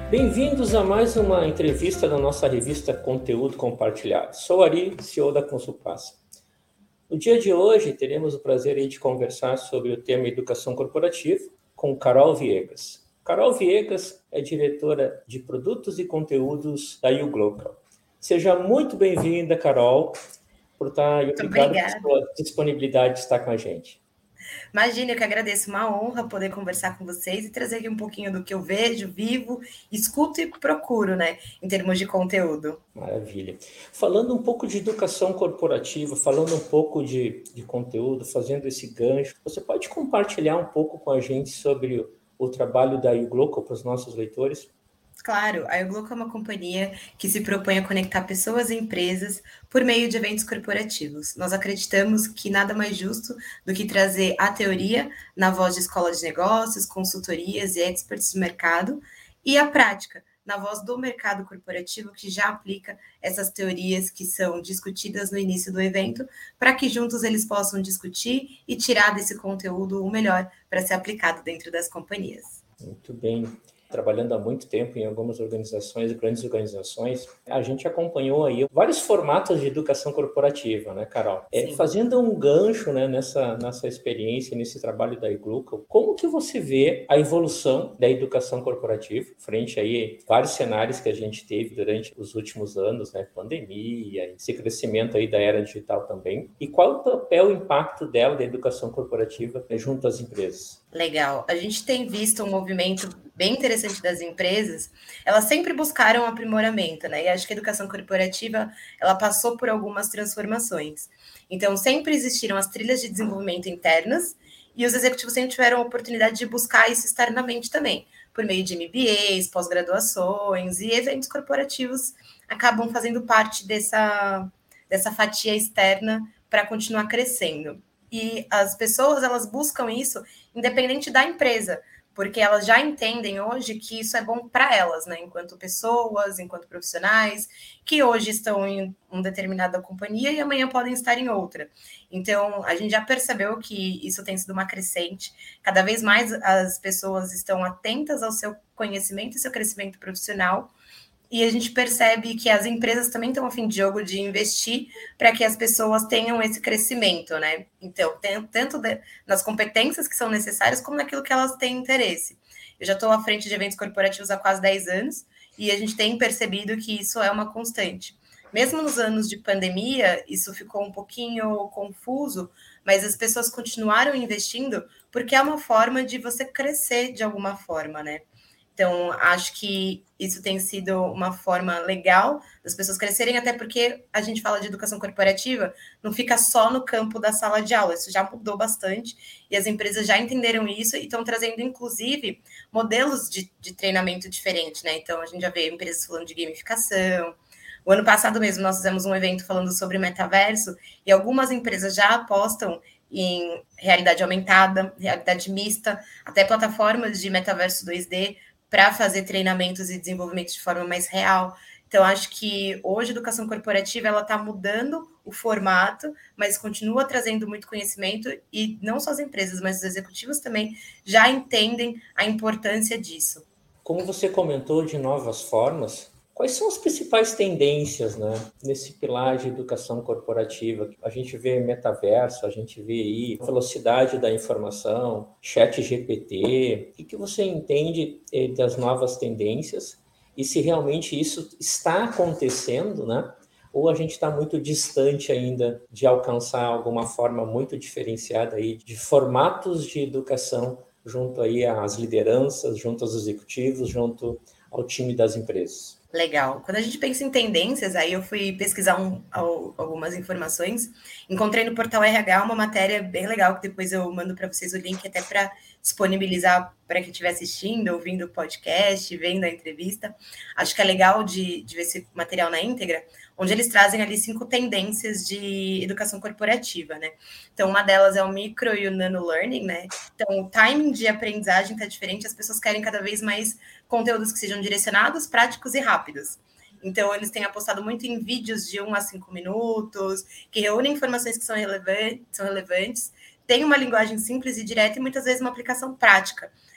Bem-vindos a mais uma entrevista da nossa revista Conteúdo Compartilhado. Sou Ari, CEO da Consulpassa. No dia de hoje, teremos o prazer de conversar sobre o tema Educação Corporativa com Carol Viegas. Carol Viegas é diretora de Produtos e Conteúdos da YouGlocal. Seja muito bem-vinda, Carol, por estar e obrigado pela sua disponibilidade de estar com a gente. Imagina, eu que agradeço, uma honra poder conversar com vocês e trazer aqui um pouquinho do que eu vejo, vivo, escuto e procuro, né, em termos de conteúdo. Maravilha. Falando um pouco de educação corporativa, falando um pouco de conteúdo, fazendo esse gancho, você pode compartilhar um pouco com a gente sobre o trabalho da YouGlocal para os nossos leitores? Claro, a YouGlocal é uma companhia que se propõe a conectar pessoas e empresas por meio de eventos corporativos. Nós acreditamos que nada mais justo do que trazer a teoria na voz de escola de negócios, consultorias e experts de mercado e a prática na voz do mercado corporativo que já aplica essas teorias que são discutidas no início do evento, para que juntos eles possam discutir e tirar desse conteúdo o melhor para ser aplicado dentro das companhias. Muito bem. Trabalhando há muito tempo em algumas organizações, grandes organizações, a gente acompanhou aí vários formatos de educação corporativa, né, Carol? Fazendo um gancho, né, nessa experiência, nesse trabalho da YouGlocal, como que você vê a evolução da educação corporativa frente aí vários cenários que a gente teve durante os últimos anos, né, pandemia, esse crescimento aí da era digital também, e qual o papel, o impacto dela, da educação corporativa, junto às empresas? Legal. A gente tem visto um movimento bem interessante das empresas. Elas sempre buscaram aprimoramento, né? E acho que a educação corporativa, ela passou por algumas transformações. Então, sempre existiram as trilhas de desenvolvimento internas e os executivos sempre tiveram a oportunidade de buscar isso externamente também, por meio de MBAs, pós-graduações e eventos corporativos acabam fazendo parte dessa fatia externa para continuar crescendo. E as pessoas, elas buscam isso independente da empresa, porque elas já entendem hoje que isso é bom para elas, né? Enquanto pessoas, enquanto profissionais, que hoje estão em uma determinada companhia e amanhã podem estar em outra. Então, a gente já percebeu que isso tem sido uma crescente. Cada vez mais as pessoas estão atentas ao seu conhecimento e seu crescimento profissional. E a gente percebe que as empresas também estão a fim de jogo de investir para que as pessoas tenham esse crescimento, né? Então, tanto nas competências que são necessárias, como naquilo que elas têm interesse. Eu já estou à frente de eventos corporativos há quase 10 anos, e a gente tem percebido que isso é uma constante. Mesmo nos anos de pandemia, isso ficou um pouquinho confuso, mas as pessoas continuaram investindo porque é uma forma de você crescer de alguma forma, né? Então, acho que isso tem sido uma forma legal das pessoas crescerem, até porque a gente fala de educação corporativa, não fica só no campo da sala de aula, isso já mudou bastante, e as empresas já entenderam isso e estão trazendo, inclusive, modelos de treinamento diferentes, né? Então, a gente já vê empresas falando de gamificação. O ano passado mesmo, nós fizemos um evento falando sobre metaverso, e algumas empresas já apostam em realidade aumentada, realidade mista, até plataformas de metaverso 2D, para fazer treinamentos e desenvolvimento de forma mais real. Então, acho que hoje a educação corporativa ela está mudando o formato, mas continua trazendo muito conhecimento e não só as empresas, mas os executivos também já entendem a importância disso. Como você comentou de novas formas, quais são as principais tendências, né, nesse pilar de educação corporativa? A gente vê metaverso, a gente vê aí velocidade da informação, chat GPT. O que você entende das novas tendências e se realmente isso está acontecendo, né? Ou a gente está muito distante ainda de alcançar alguma forma muito diferenciada aí de formatos de educação junto aí às lideranças, junto aos executivos, junto ao time das empresas. Legal. Quando a gente pensa em tendências, aí eu fui pesquisar algumas informações. Encontrei no portal RH uma matéria bem legal, que depois eu mando para vocês o link até para disponibilizar para quem estiver assistindo, ouvindo o podcast, vendo a entrevista. Acho que é legal de ver esse material na íntegra, onde eles trazem ali 5 tendências de educação corporativa, né? Então, uma delas é o micro e o nano learning, né? Então, o timing de aprendizagem está diferente, as pessoas querem cada vez mais conteúdos que sejam direcionados, práticos e rápidos. Então, eles têm apostado muito em vídeos de 1 a 5 minutos, que reúnem informações que são relevantes, têm uma linguagem simples e direta e muitas vezes uma aplicação prática.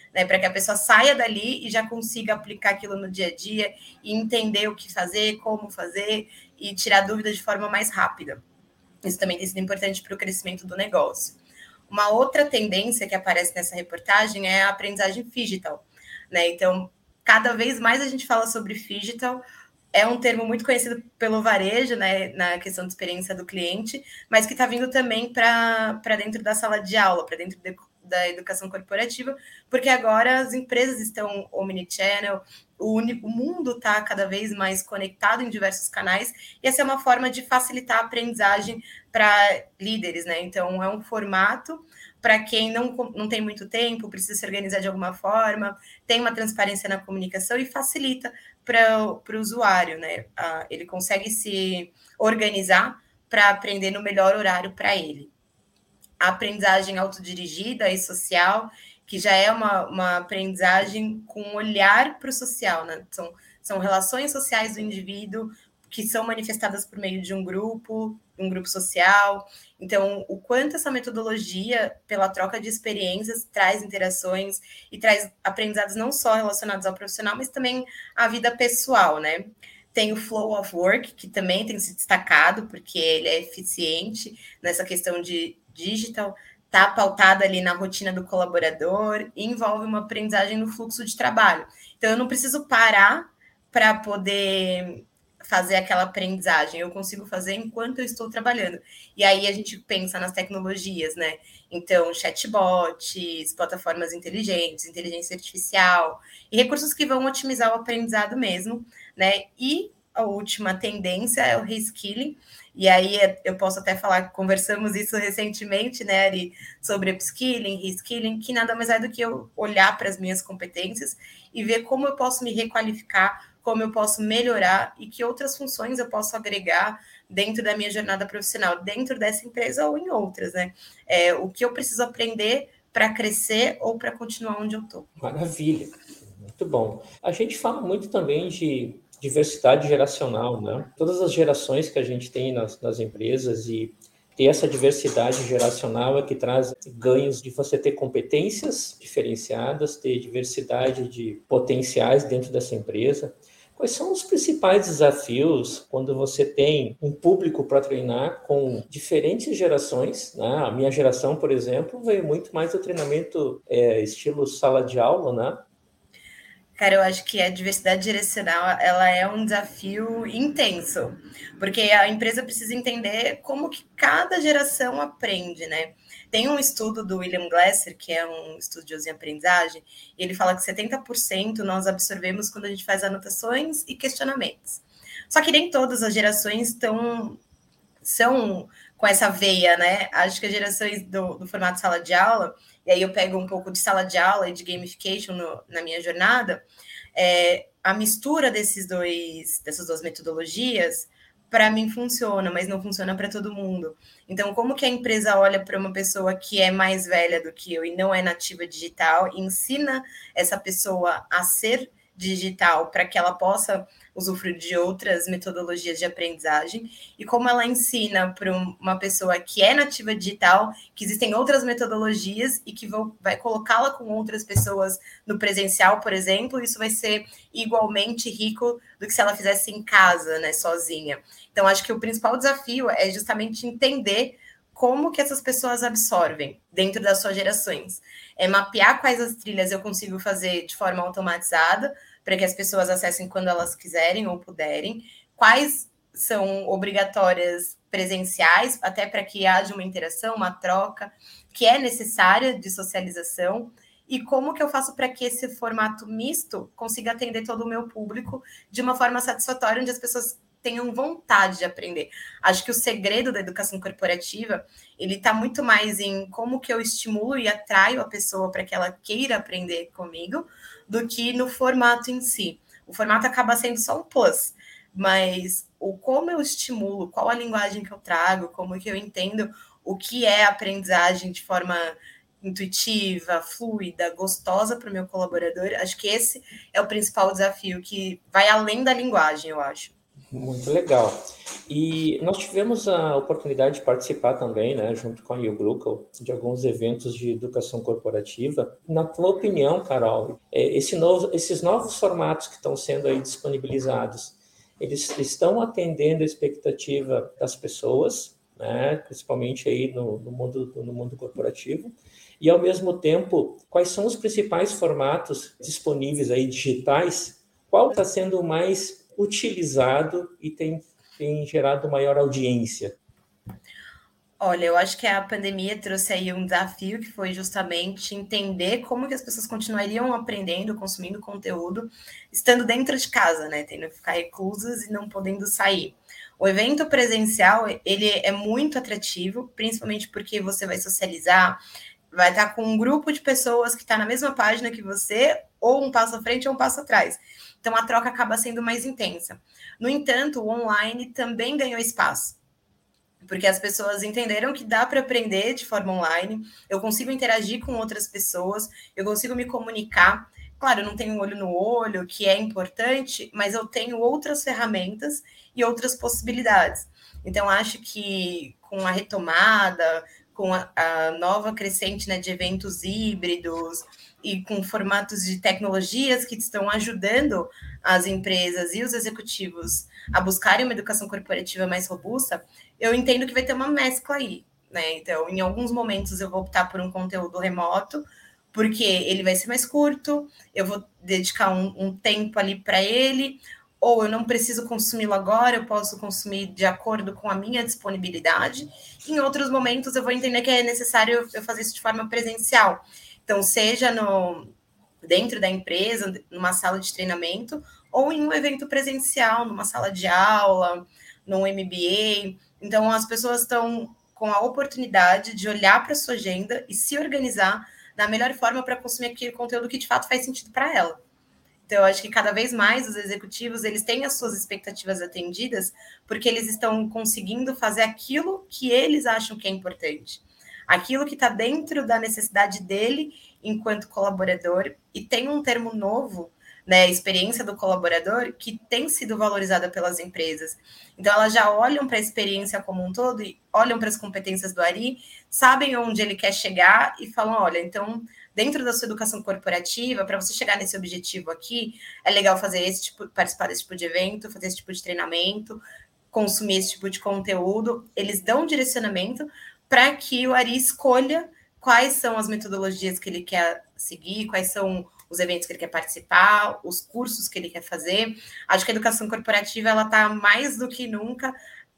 né, para que a pessoa saia dali e já consiga aplicar aquilo no dia a dia e entender o que fazer, como fazer e tirar dúvidas de forma mais rápida. Isso também tem sido importante para o crescimento do negócio. Uma outra tendência que aparece nessa reportagem é a aprendizagem digital, né? Então, cada vez mais a gente fala sobre digital. É um termo muito conhecido pelo varejo, né, na questão de experiência do cliente, mas que está vindo também para dentro da sala de aula, para dentro da educação corporativa, porque agora as empresas estão omnichannel, o mundo está cada vez mais conectado em diversos canais, e essa é uma forma de facilitar a aprendizagem para líderes, né? Então, é um formato para quem não tem muito tempo, precisa se organizar de alguma forma, tem uma transparência na comunicação e facilita para o usuário, né? Ele consegue se organizar para aprender no melhor horário para ele. A aprendizagem autodirigida e social, que já é uma aprendizagem com olhar para o social, né? São relações sociais do indivíduo que são manifestadas por meio de um grupo social. Então, o quanto essa metodologia, pela troca de experiências, traz interações e traz aprendizados não só relacionados ao profissional, mas também à vida pessoal, né? Tem o Flow of Work, que também tem se destacado, porque ele é eficiente nessa questão de digital, está pautado ali na rotina do colaborador e envolve uma aprendizagem no fluxo de trabalho. Então, eu não preciso parar para poder fazer aquela aprendizagem, eu consigo fazer enquanto eu estou trabalhando. E aí a gente pensa nas tecnologias, né? Então, chatbots, plataformas inteligentes, inteligência artificial, e recursos que vão otimizar o aprendizado mesmo, né? E a última tendência é o reskilling, e aí eu posso até falar, conversamos isso recentemente, né, Ari, sobre upskilling, reskilling, que nada mais é do que eu olhar para as minhas competências e ver como eu posso me requalificar, como eu posso melhorar e que outras funções eu posso agregar dentro da minha jornada profissional, dentro dessa empresa ou em outras, né? O que eu preciso aprender para crescer ou para continuar onde eu estou. Maravilha, muito bom. A gente fala muito também de diversidade geracional, né? Todas as gerações que a gente tem nas empresas e ter essa diversidade geracional é que traz ganhos de você ter competências diferenciadas, ter diversidade de potenciais dentro dessa empresa. Quais são os principais desafios quando você tem um público para treinar com diferentes gerações, né? A minha geração, por exemplo, veio muito mais do treinamento estilo sala de aula, né? Cara, eu acho que a diversidade direcional, ela é um desafio intenso, porque a empresa precisa entender como que cada geração aprende, né? Tem um estudo do William Glasser, que é um estudioso em aprendizagem, e ele fala que 70% nós absorvemos quando a gente faz anotações e questionamentos. Só que nem todas as gerações são com essa veia, né? Acho que as gerações do formato sala de aula, e aí eu pego um pouco de sala de aula e de gamification na minha jornada, a mistura dessas duas metodologias, para mim funciona, mas não funciona para todo mundo. Então, como que a empresa olha para uma pessoa que é mais velha do que eu e não é nativa digital, e ensina essa pessoa a ser digital para que ela possa usufruir de outras metodologias de aprendizagem, e como ela ensina para uma pessoa que é nativa digital, que existem outras metodologias e que vai colocá-la com outras pessoas no presencial, por exemplo, isso vai ser igualmente rico do que se ela fizesse em casa, né, sozinha. Então, acho que o principal desafio é justamente entender como que essas pessoas absorvem dentro das suas gerações. Mapear quais as trilhas eu consigo fazer de forma automatizada, para que as pessoas acessem quando elas quiserem ou puderem, quais são obrigatórias presenciais, até para que haja uma interação, uma troca, que é necessária de socialização, e como que eu faço para que esse formato misto consiga atender todo o meu público de uma forma satisfatória, onde as pessoas tenham vontade de aprender. Acho que o segredo da educação corporativa, ele está muito mais em como que eu estimulo e atraio a pessoa para que ela queira aprender comigo, do que no formato em si. O formato acaba sendo só um plus, mas o como eu estimulo, qual a linguagem que eu trago, como que eu entendo o que é aprendizagem de forma intuitiva, fluida, gostosa para o meu colaborador, acho que esse é o principal desafio, que vai além da linguagem, eu acho. Muito legal. E nós tivemos a oportunidade de participar também, né, junto com a YouGlocal, de alguns eventos de educação corporativa. Na tua opinião, Carol, esses novos formatos que estão sendo aí disponibilizados, eles estão atendendo a expectativa das pessoas, né, principalmente aí no mundo corporativo? E, ao mesmo tempo, quais são os principais formatos disponíveis aí digitais? Qual está sendo mais utilizado e tem gerado maior audiência? Olha, eu acho que a pandemia trouxe aí um desafio que foi justamente entender como que as pessoas continuariam aprendendo, consumindo conteúdo, estando dentro de casa, né? Tendo que ficar reclusas e não podendo sair. O evento presencial, ele é muito atrativo, principalmente porque você vai socializar, vai estar com um grupo de pessoas que está na mesma página que você, ou um passo à frente ou um passo atrás. Então a troca acaba sendo mais intensa. No entanto, o online também ganhou espaço, porque as pessoas entenderam que dá para aprender de forma online, eu consigo interagir com outras pessoas, eu consigo me comunicar. Claro, eu não tenho olho no olho, que é importante, mas eu tenho outras ferramentas e outras possibilidades. Então, acho que com a retomada, com a nova crescente, né, de eventos híbridos e com formatos de tecnologias que estão ajudando as empresas e os executivos a buscarem uma educação corporativa mais robusta, eu entendo que vai ter uma mescla aí, né? Então, em alguns momentos eu vou optar por um conteúdo remoto, porque ele vai ser mais curto, eu vou dedicar um tempo ali para ele, ou eu não preciso consumi-lo agora, eu posso consumir de acordo com a minha disponibilidade. Em outros momentos eu vou entender que é necessário eu fazer isso de forma presencial. Então, seja dentro da empresa, numa sala de treinamento, ou em um evento presencial, numa sala de aula, num MBA. Então, as pessoas estão com a oportunidade de olhar para a sua agenda e se organizar da melhor forma para consumir aquele conteúdo que de fato faz sentido para ela. Então, eu acho que cada vez mais os executivos eles têm as suas expectativas atendidas, porque eles estão conseguindo fazer aquilo que eles acham que é importante, aquilo que está dentro da necessidade dele enquanto colaborador. E tem um termo novo, né, experiência do colaborador, que tem sido valorizada pelas empresas. Então, elas já olham para a experiência como um todo e olham para as competências do Ari, sabem onde ele quer chegar e falam, olha, então, dentro da sua educação corporativa, para você chegar nesse objetivo aqui, é legal fazer esse tipo, participar desse tipo de evento, fazer esse tipo de treinamento, consumir esse tipo de conteúdo. Eles dão um direcionamento para que o Ari escolha quais são as metodologias que ele quer seguir, quais são os eventos que ele quer participar, os cursos que ele quer fazer. Acho que a educação corporativa ela está mais do que nunca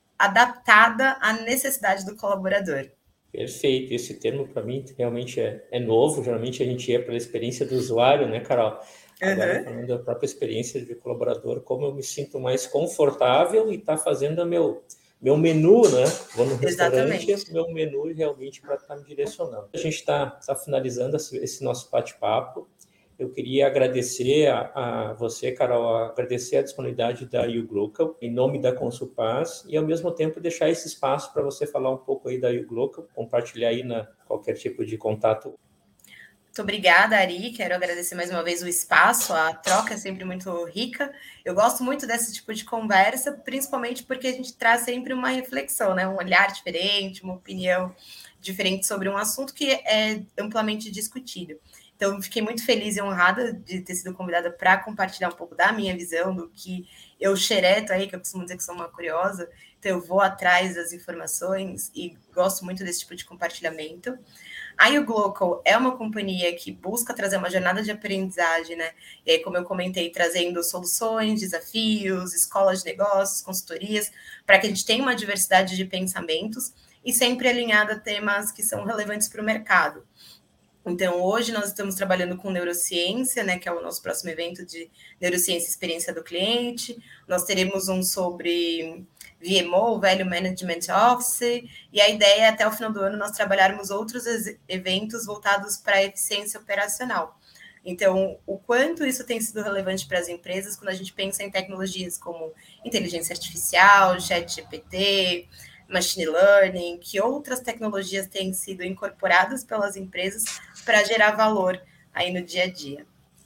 adaptada à necessidade do colaborador. Perfeito. Esse termo, para mim, realmente é novo. Geralmente a gente ia pela experiência do usuário, né, Carol? Agora, falando da própria experiência de colaborador, como eu me sinto mais confortável e está fazendo meu menu, né? Vou no restaurante, Exatamente. meu menu realmente para estar me direcionando. A gente está finalizando esse nosso bate-papo. Eu queria agradecer a você, Carol, agradecer a disponibilidade da YouGlocal, em nome da Consulpaz, e ao mesmo tempo deixar esse espaço para você falar um pouco aí da YouGlocal, compartilhar aí qualquer tipo de contato. Muito obrigada, Ari. Quero agradecer mais uma vez o espaço. A troca é sempre muito rica. Eu gosto muito desse tipo de conversa, principalmente porque a gente traz sempre uma reflexão, né? Um olhar diferente, uma opinião diferente sobre um assunto que é amplamente discutido. Então, fiquei muito feliz e honrada de ter sido convidada para compartilhar um pouco da minha visão, do que eu xereto aí, que eu costumo dizer que sou uma curiosa. Então, eu vou atrás das informações e gosto muito desse tipo de compartilhamento. A YouGlocal é uma companhia que busca trazer uma jornada de aprendizagem, né? E aí, como eu comentei, trazendo soluções, desafios, escolas de negócios, consultorias, para que a gente tenha uma diversidade de pensamentos e sempre alinhada a temas que são relevantes para o mercado. Então, hoje nós estamos trabalhando com neurociência, né, que é o nosso próximo evento de neurociência e experiência do cliente. Nós teremos um sobre VMO, Value Management Office, e a ideia é até o final do ano nós trabalharmos outros eventos voltados para a eficiência operacional. Então, o quanto isso tem sido relevante para as empresas quando a gente pensa em tecnologias como inteligência artificial, ChatGPT, machine learning, que outras tecnologias têm sido incorporadas pelas empresas para gerar valor aí no dia a dia.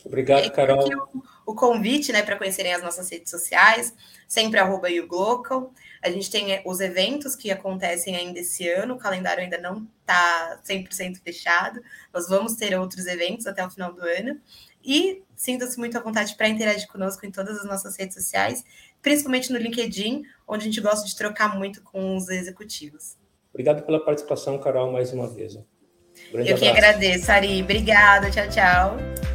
Obrigado, Carol. Aqui o convite, né, para conhecerem as nossas redes sociais, sempre @YouGlocal. A gente tem os eventos que acontecem ainda esse ano, o calendário ainda não está 100% fechado. Nós vamos ter outros eventos até o final do ano. E sinta-se muito à vontade para interagir conosco em todas as nossas redes sociais, principalmente no LinkedIn, onde a gente gosta de trocar muito com os executivos. Obrigado pela participação, Carol, mais uma vez. Eu que agradeço, Ari. Obrigada. Tchau, tchau.